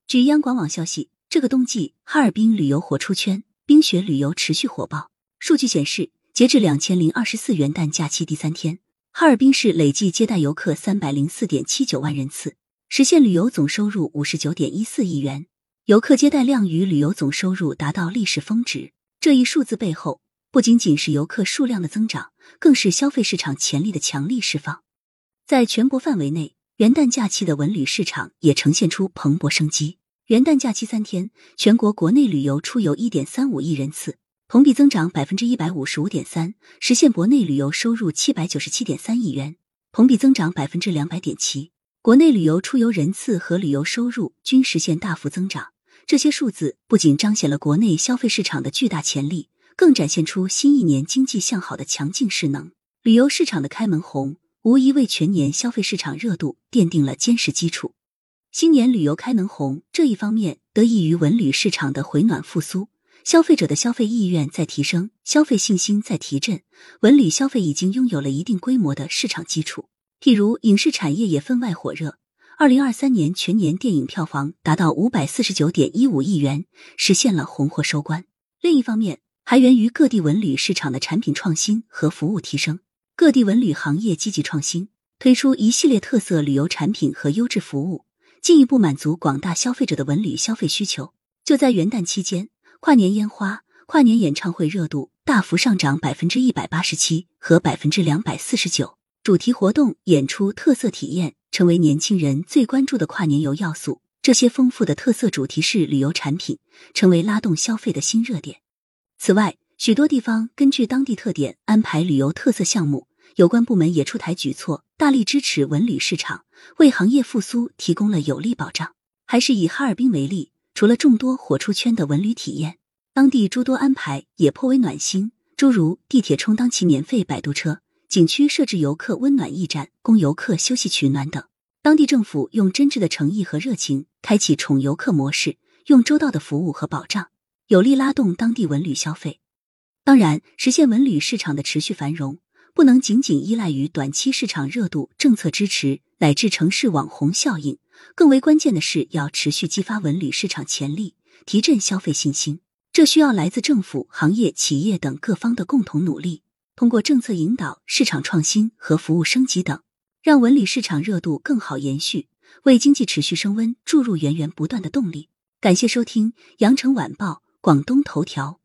据央广网消息，这个冬季哈尔滨旅游火出圈，冰雪旅游持续火爆。数据显示，截至2024元旦假期第3天，哈尔滨市累计接待游客304.79万人次，实现旅游总收入59.14亿元，游客接待量与旅游总收入达到历史峰值。这一数字背后，不仅仅是游客数量的增长，更是消费市场潜力的强力释放。在全国范围内，元旦假期的文旅市场也呈现出蓬勃生机。元旦假期3天，全国国内旅游出游 1.35 亿人次，同比增长 155.3%， 实现国内旅游收入 797.3 亿元，同比增长 200.7%。国内旅游出游人次和旅游收入均实现大幅增长。这些数字不仅彰显了国内消费市场的巨大潜力，更展现出新一年经济向好的强劲势能。旅游市场的开门红，无疑为全年消费市场热度奠定了坚实基础。新年旅游开门红这一方面得益于文旅市场的回暖复苏，消费者的消费意愿在提升，消费信心在提振，文旅消费已经拥有了一定规模的市场基础。譬如影视产业也分外火热，2023年全年电影票房达到 549.15 亿元，实现了红火收官。另一方面，还源于各地文旅市场的产品创新和服务提升，各地文旅行业积极创新，推出一系列特色旅游产品和优质服务，进一步满足广大消费者的文旅消费需求。就在元旦期间，跨年烟花、跨年演唱会热度大幅上涨 187% 和 249%， 主题活动、演出、特色体验成为年轻人最关注的跨年游要素。这些丰富的特色主题式旅游产品成为拉动消费的新热点。此外，许多地方根据当地特点安排旅游特色项目，有关部门也出台举措，大力支持文旅市场，为行业复苏提供了有力保障。还是以哈尔滨为例，除了众多火出圈的文旅体验，当地诸多安排也颇为暖心，诸如地铁充当其免费摆渡车，景区设置游客温暖驿站，供游客休息取暖等。当地政府用真挚的诚意和热情，开启宠游客模式，用周到的服务和保障，有力拉动当地文旅消费。当然，实现文旅市场的持续繁荣，不能仅仅依赖于短期市场热度、政策支持乃至城市网红效应，更为关键的是要持续激发文旅市场潜力，提振消费信心。这需要来自政府、行业、企业等各方的共同努力，通过政策引导、市场创新和服务升级等，让文旅市场热度更好延续，为经济持续升温注入源源不断的动力。感谢收听羊城晚报广东头条。